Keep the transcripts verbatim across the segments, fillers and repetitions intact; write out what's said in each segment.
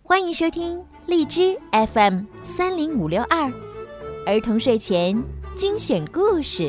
欢迎收听荔枝 F M 三零五六二儿童睡前精选故事。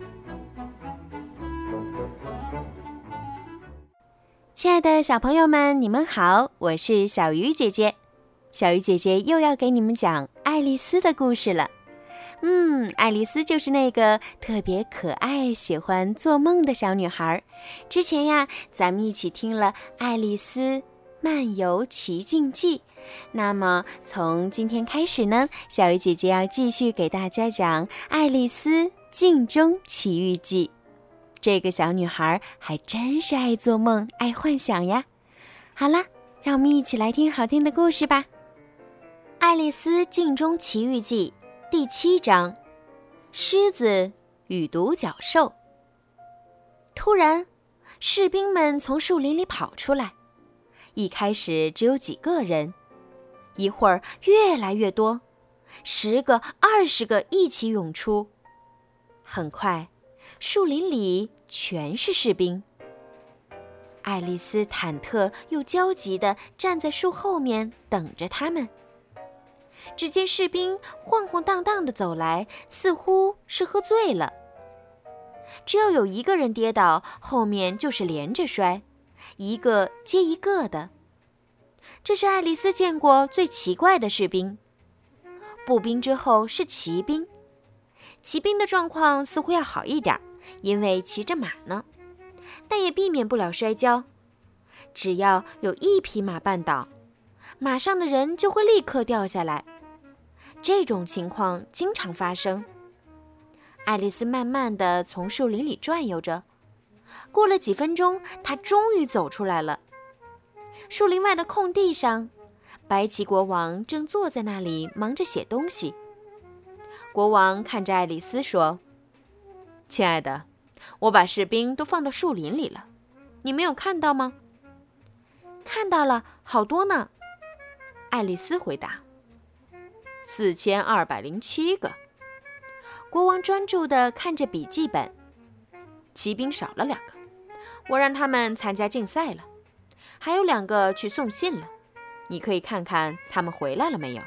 亲爱的小朋友们，你们好，我是小鱼姐姐。小鱼姐姐又要给你们讲爱丽丝的故事了。嗯，爱丽丝就是那个特别可爱、喜欢做梦的小女孩。之前呀，咱们一起听了《爱丽丝漫游奇境记》。那么从今天开始呢，小鱼姐姐要继续给大家讲《爱丽丝镜中奇遇记》。这个小女孩还真是爱做梦、爱幻想呀。好啦，让我们一起来听好听的故事吧。《爱丽丝镜中奇遇记》第七章：狮子与独角兽。突然，士兵们从树林里跑出来，一开始只有几个人，一会儿越来越多，十个、二十个一起涌出。很快，树林里全是士兵。爱丽丝忐忑又焦急地站在树后面等着他们。只见士兵晃晃荡荡地走来，似乎是喝醉了。只要有一个人跌倒，后面就是连着摔，一个接一个的。这是爱丽丝见过最奇怪的士兵。步兵之后是骑兵，骑兵的状况似乎要好一点，因为骑着马呢，但也避免不了摔跤。只要有一匹马绊倒，马上的人就会立刻掉下来。这种情况经常发生。爱丽丝慢慢地从树林里转悠着，过了几分钟，她终于走出来了。树林外的空地上，白旗国王正坐在那里忙着写东西。国王看着爱丽丝说：“亲爱的，我把士兵都放到树林里了，你没有看到吗？”“看到了，好多呢。”爱丽丝回答。“四千二百零七个。”国王专注地看着笔记本。“骑兵少了两个，我让他们参加竞赛了。还有两个去送信了，你可以看看他们回来了没有。”“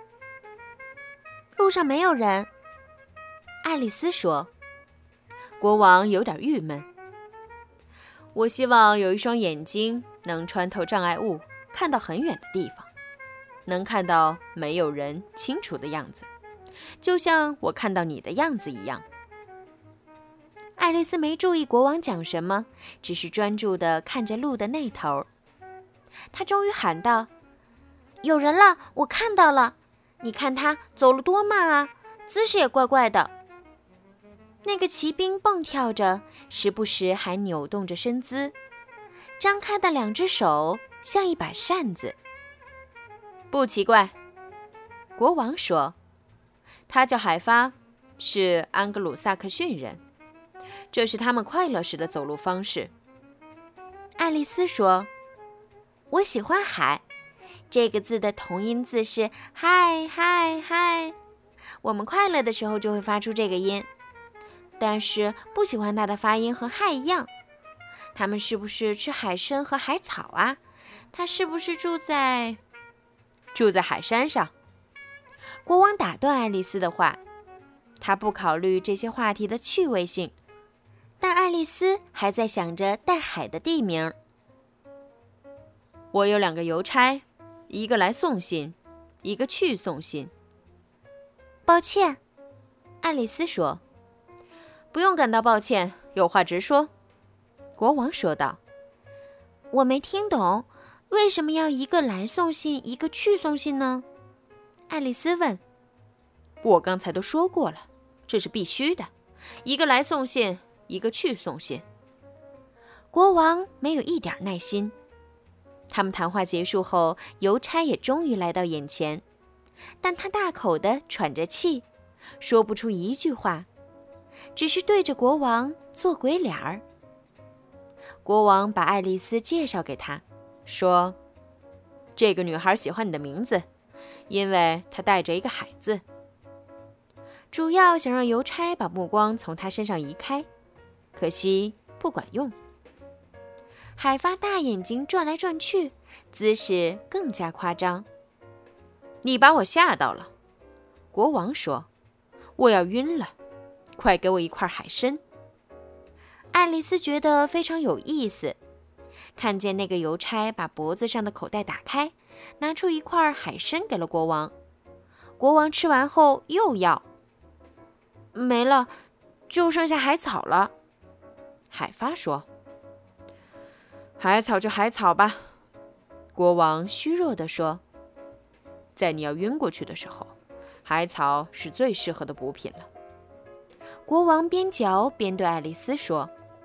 路上没有人。”爱丽丝说。国王有点郁闷。“我希望有一双眼睛能穿透障碍物，看到很远的地方，能看到没有人清楚的样子，就像我看到你的样子一样。”爱丽丝没注意国王讲什么，只是专注地看着路的那头。她终于喊道：“有人了，我看到了！你看他走了多慢啊，姿势也怪怪的。”那个骑兵蹦跳着，时不时还扭动着身姿，张开的两只手像一把扇子。“不奇怪。”国王说，“他叫海发，是安格鲁萨克逊人，这是他们快乐时的走路方式。”爱丽丝说：“我喜欢海，这个字的同音字是嗨嗨嗨，我们快乐的时候就会发出这个音，但是不喜欢它的发音和嗨一样。他们是不是吃海参和海草啊？他是不是住在……住在海山上？”国王打断爱丽丝的话，他不考虑这些话题的趣味性，但爱丽丝还在想着带海的地名。“我有两个邮差，一个来送信，一个去送信。”“抱歉。”爱丽丝说。“不用感到抱歉，有话直说。”国王说道。“我没听懂，为什么要一个来送信，一个去送信呢？”爱丽丝问。“我刚才都说过了，这是必须的，一个来送信，一个去送信。”国王没有一点耐心。他们谈话结束后，邮差也终于来到眼前，但他大口地喘着气，说不出一句话，只是对着国王做鬼脸儿。国王把爱丽丝介绍给他，说：“这个女孩喜欢你的名字，因为她带着一个海字。”主要想让邮差把目光从她身上移开，可惜不管用。海发大眼睛转来转去，姿势更加夸张。 你把我吓到了。国王说，我要晕了，快给我一块海参。爱丽丝觉得非常有意思，看见那个邮差把脖子上的口袋打开，拿出一块海参给了国王。国王吃完后又要。没了，就剩下海草了。海发说。海草就海草吧，国王虚弱地说。在你要晕过去的时候，海草是最适合的补品了。国王边嚼边对爱丽丝说。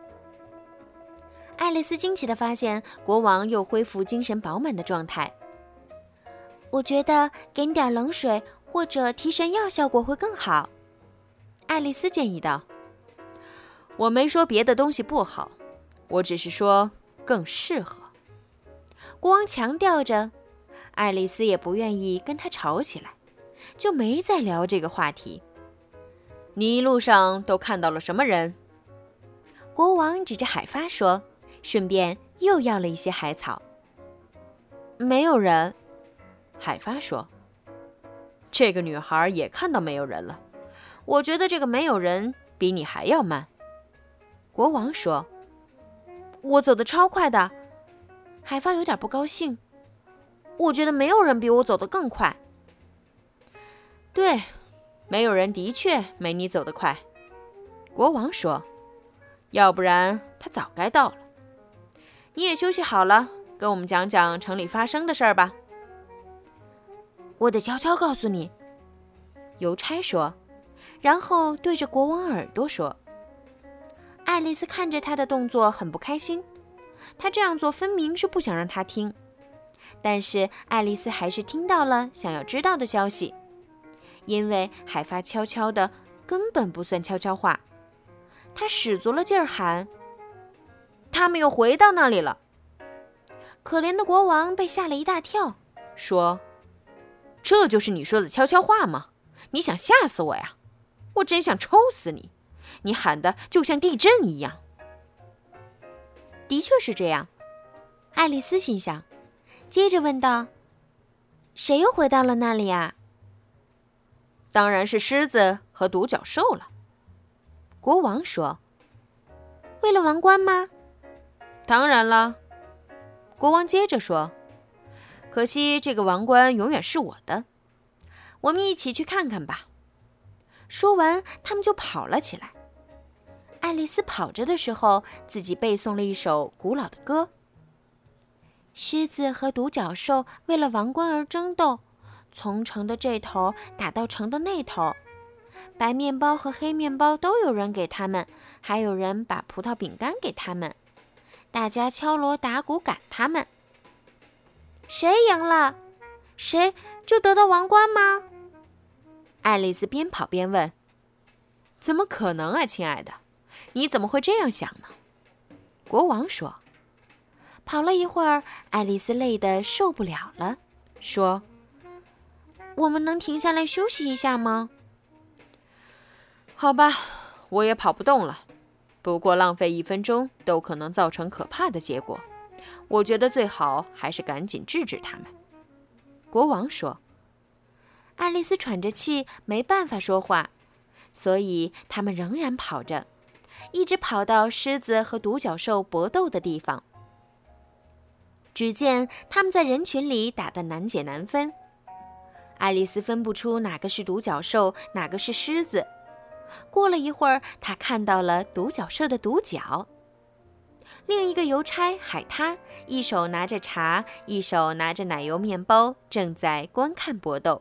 爱丽丝惊奇地发现国王又恢复精神饱满的状态。我觉得给你点冷水或者提神药效果会更好，爱丽丝建议道。我没说别的东西不好，我只是说更适合。国王强调着，爱丽丝也不愿意跟他吵起来，就没再聊这个话题。你一路上都看到了什么人？国王指着海发说，顺便又要了一些海草。没有人，海发说。这个女孩也看到没有人了，我觉得这个没有人比你还要慢。国王说。我走得超快的。海发有点不高兴。我觉得没有人比我走得更快。对，没有人的确没你走得快。国王说，要不然他早该到了。你也休息好了，跟我们讲讲城里发生的事儿吧。我得悄悄告诉你，邮差说，然后对着国王耳朵说。爱丽丝看着他的动作很不开心，他这样做分明是不想让他听。但是爱丽丝还是听到了想要知道的消息，因为海发悄悄的根本不算悄悄话。他使足了劲儿喊，他们又回到那里了。可怜的国王被吓了一大跳，说，这就是你说的悄悄话吗？你想吓死我呀？我真想抽死你，你喊的就像地震一样。的确是这样，爱丽丝心想，接着问道，谁又回到了那里啊？当然是狮子和独角兽了。国王说。为了王冠吗？当然了。国王接着说，可惜这个王冠永远是我的，我们一起去看看吧。说完，他们就跑了起来。爱丽丝跑着的时候，自己背诵了一首古老的歌。狮子和独角兽为了王冠而争斗，从城的这头打到城的那头，白面包和黑面包都有人给他们，还有人把葡萄饼干给他们，大家敲锣打鼓赶他们。谁赢了？谁就得到王冠吗？爱丽丝边跑边问。怎么可能啊，亲爱的，你怎么会这样想呢？国王说。跑了一会儿，爱丽丝累得受不了了，说，我们能停下来休息一下吗？好吧，我也跑不动了，不过浪费一分钟都可能造成可怕的结果，我觉得最好还是赶紧制止他们。国王说。爱丽丝喘着气，没办法说话，所以他们仍然跑着，一直跑到狮子和独角兽搏斗的地方。只见他们在人群里打得难解难分，爱丽丝分不出哪个是独角兽，哪个是狮子。过了一会儿，她看到了独角兽的独角。另一个邮差海獭一手拿着茶，一手拿着奶油面包，正在观看搏斗。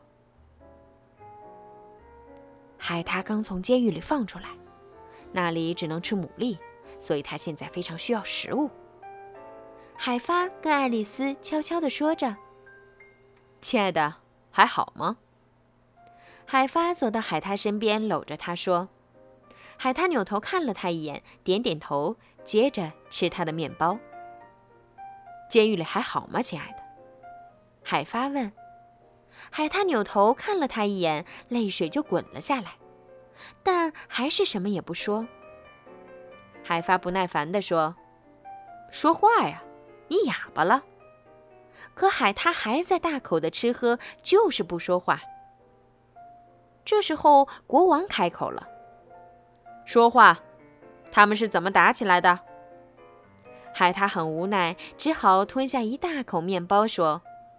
海獭刚从监狱里放出来，那里只能吃牡蛎，所以他现在非常需要食物。海发跟爱丽丝悄悄地说着，亲爱的，还好吗？海发走到海獭身边，搂着他说。海獭扭头看了他一眼，点点头，接着吃他的面包。监狱里还好吗，亲爱的？海发问。海獭扭头看了他一眼，泪水就滚了下来，但还是什么也不说。海发不耐烦地说，说话呀，你哑巴了。 可海獭还在大口的吃喝，就是不说话。这时候，国王开口了：“说话，他们是怎么打起来的？”海獭很无奈，只好吞下一大口面包，说：“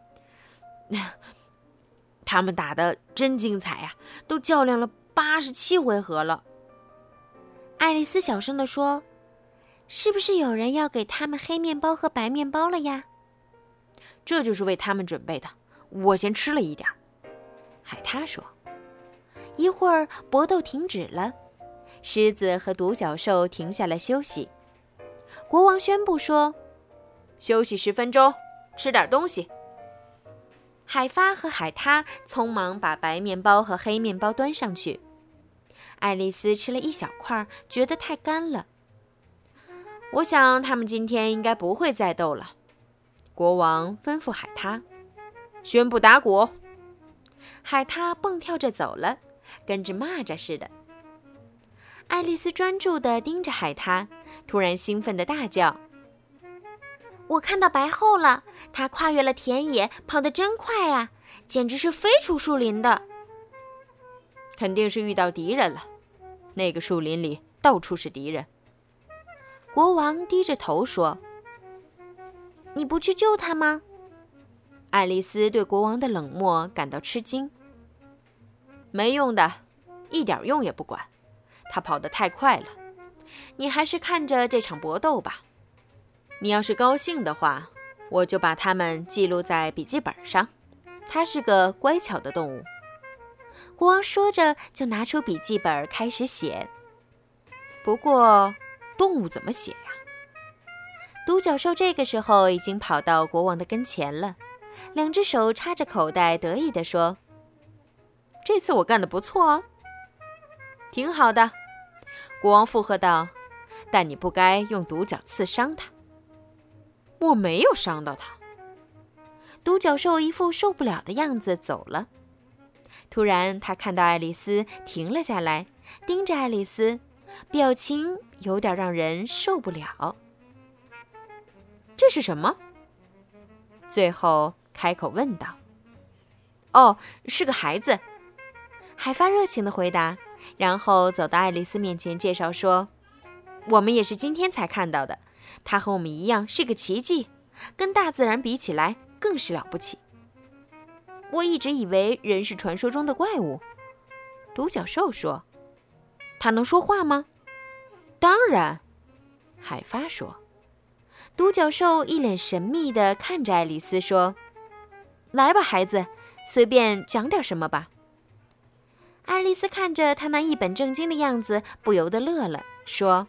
他们打得真精彩呀，都较量了八十七回合了。” 爱丽丝小声地说：“是不是有人要给他们黑面包和白面包了呀？”“ 这就是为他们准备的，我先吃了一点。”海獭说。 一会儿，搏斗停止了， 狮子和独角兽停下来休息。国王宣布说：“休息十分钟，吃点东西。”海发和海獭匆忙把白面包和黑面包端上去。爱丽丝吃了一小块，觉得太干了。我想他们今天应该不会再斗了。国王吩咐海獭，宣布打鼓。海獭蹦跳着走了，跟只蚂蚱似的。爱丽丝专注地盯着海獭，突然兴奋地大叫：“ 我看到白后了！它跨越了田野，跑得真快啊，简直是飞出树林的。” 肯定是遇到敌人了，那个树林里到处是敌人。国王低着头说：“ 你不去救他吗？” 爱丽丝对国王的冷漠感到吃惊。没用的，一点用也不管，他跑得太快了。你还是看着这场搏斗吧。你要是高兴的话，我就把它们记录在笔记本上。它是个乖巧的动物。 国王说着，就拿出笔记本开始写。 不过，动物怎么写呀？独角兽这个时候已经跑到国王的跟前了，两只手插着口袋，得意地说：“这次我干得不错哦。”“挺好的。”国王附和道，“但你不该用独角刺伤它。”“我没有伤到它。”独角兽一副受不了的样子走了。突然，他看到爱丽丝停了下来，盯着爱丽丝，表情有点让人受不了。“这是什么？”最后开口问道。“哦，是个孩子。”海发热情地回答，然后走到爱丽丝面前介绍说：“我们也是今天才看到的，他和我们一样是个奇迹，跟大自然比起来更是了不起。”“我一直以为人是传说中的怪物。”独角兽说。“他能说话吗？”“当然。”海发说。独角兽一脸神秘地看着爱丽丝说：“来吧，孩子，随便讲点什么吧。”爱丽丝看着他那一本正经的样子，不由得乐了，说：“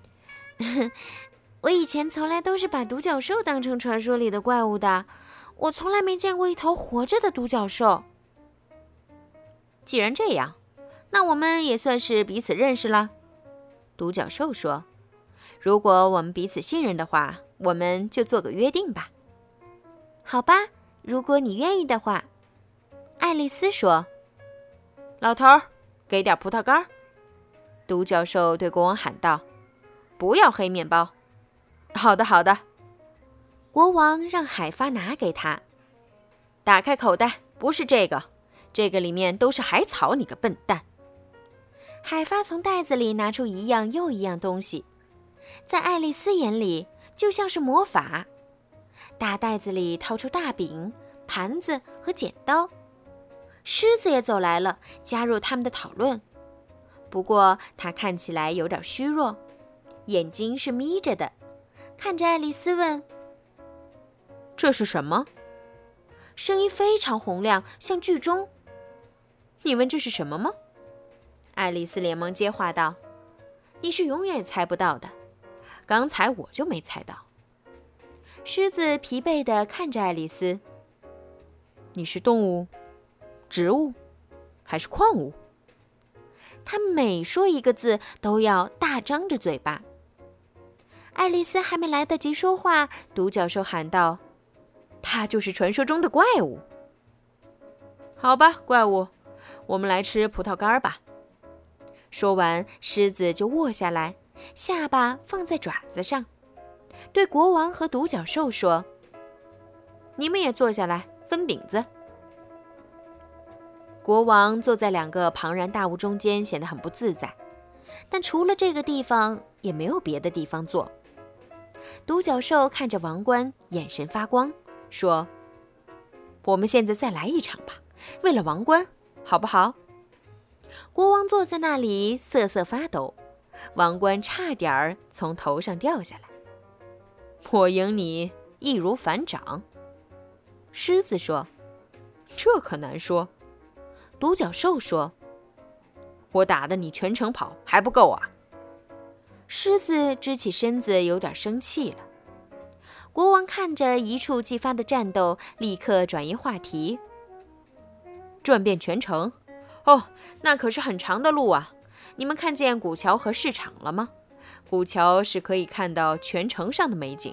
我以前从来都是把独角兽当成传说里的怪物的，我从来没见过一头活着的独角兽。”“ 既然这样，那我们也算是彼此认识了。”独角兽说：“如果我们彼此信任的话，我们就做个约定吧。”“ 好吧，如果你愿意的话。” 爱丽丝说。“老头儿，给点葡萄干。”独角兽对国王喊道。“不要黑面包。”“好的，好的。”国王让海发拿给他。“打开口袋，不是这个，这个里面都是海草，你个笨蛋。”海发从袋子里拿出一样又一样东西，在爱丽丝眼里就像是魔法。大袋子里掏出大饼、盘子和剪刀。狮子也走来了，加入他们的讨论。不过他看起来有点虚弱，眼睛是眯着的，看着爱丽丝问：“这是什么？”声音非常洪亮，像剧中。“你问这是什么吗？”爱丽丝连忙接话道：“你是永远也猜不到的，刚才我就没猜到。”狮子疲惫地看着爱丽丝：“你是动物？植物还是矿物？”他每说一个字都要大张着嘴巴。爱丽丝还没来得及说话，独角兽喊道：“他就是传说中的怪物。”“好吧，怪物，我们来吃葡萄干吧。”说完，狮子就卧下来，下巴放在爪子上，对国王和独角兽说：“ 你们也坐下来分饼子。国王坐在两个庞然大物中间，显得很不自在，但除了这个地方，也没有别的地方坐。独角兽看着王冠，眼神发光，说：“我们现在再来一场吧，为了王冠，好不好？”国王坐在那里瑟瑟发抖，王冠差点儿从头上掉下来。我赢你易如反掌，狮子说。这可难说。独角兽说：“我打得你全程跑还不够啊！”狮子支起身子，有点生气了。国王看着一触即发的战斗，立刻转移话题：“转遍全城？哦，那可是很长的路啊！你们看见古桥和市场了吗？古桥是可以看到全城上的美景。”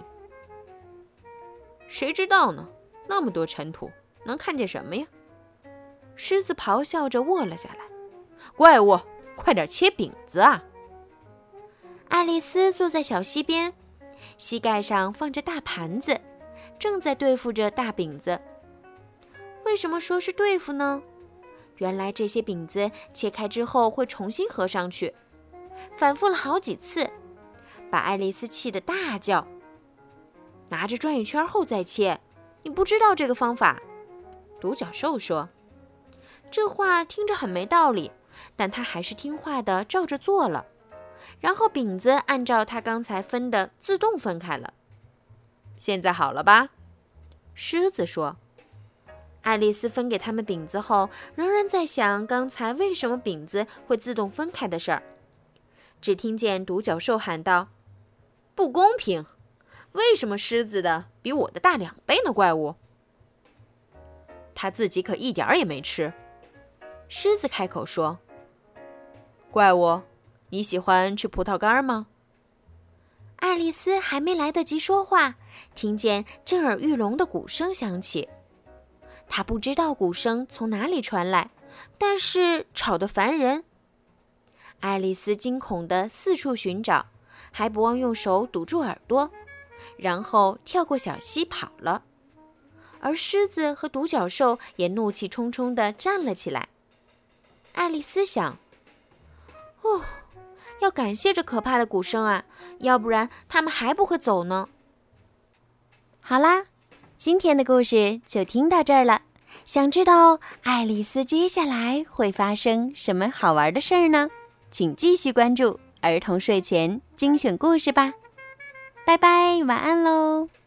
谁知道呢？那么多尘土，能看见什么呀？狮子咆哮着卧了下来。怪物，快点切饼子啊！爱丽丝坐在小溪边，膝盖上放着大盘子，正在对付着大饼子。为什么说是对付呢？原来这些饼子切开之后会重新合上去，反复了好几次，把爱丽丝气得大叫：“拿着转一圈后再切，你不知道这个方法？”独角兽说。这话听着很没道理，但他还是听话的照着做了，然后饼子按照他刚才分的自动分开了。现在好了吧？狮子说。爱丽丝分给他们饼子后，仍然在想刚才为什么饼子会自动分开的事儿。只听见独角兽喊道：“不公平！为什么狮子的比我的大两倍呢？怪物！”他自己可一点儿也没吃。狮子开口说：“怪物，你喜欢吃葡萄干吗？”爱丽丝还没来得及说话，听见震耳欲聋的鼓声响起。她不知道鼓声从哪里传来，但是吵得烦人。爱丽丝惊恐地四处寻找，还不忘用手堵住耳朵，然后跳过小溪跑了。而狮子和独角兽也怒气冲冲地站了起来。爱丽丝想：“哦，要感谢这可怕的鼓声啊，要不然他们还不会走呢。”好啦，今天的故事就听到这儿了。想知道爱丽丝接下来会发生什么好玩的事儿呢？请继续关注儿童睡前精选故事吧。拜拜，晚安喽。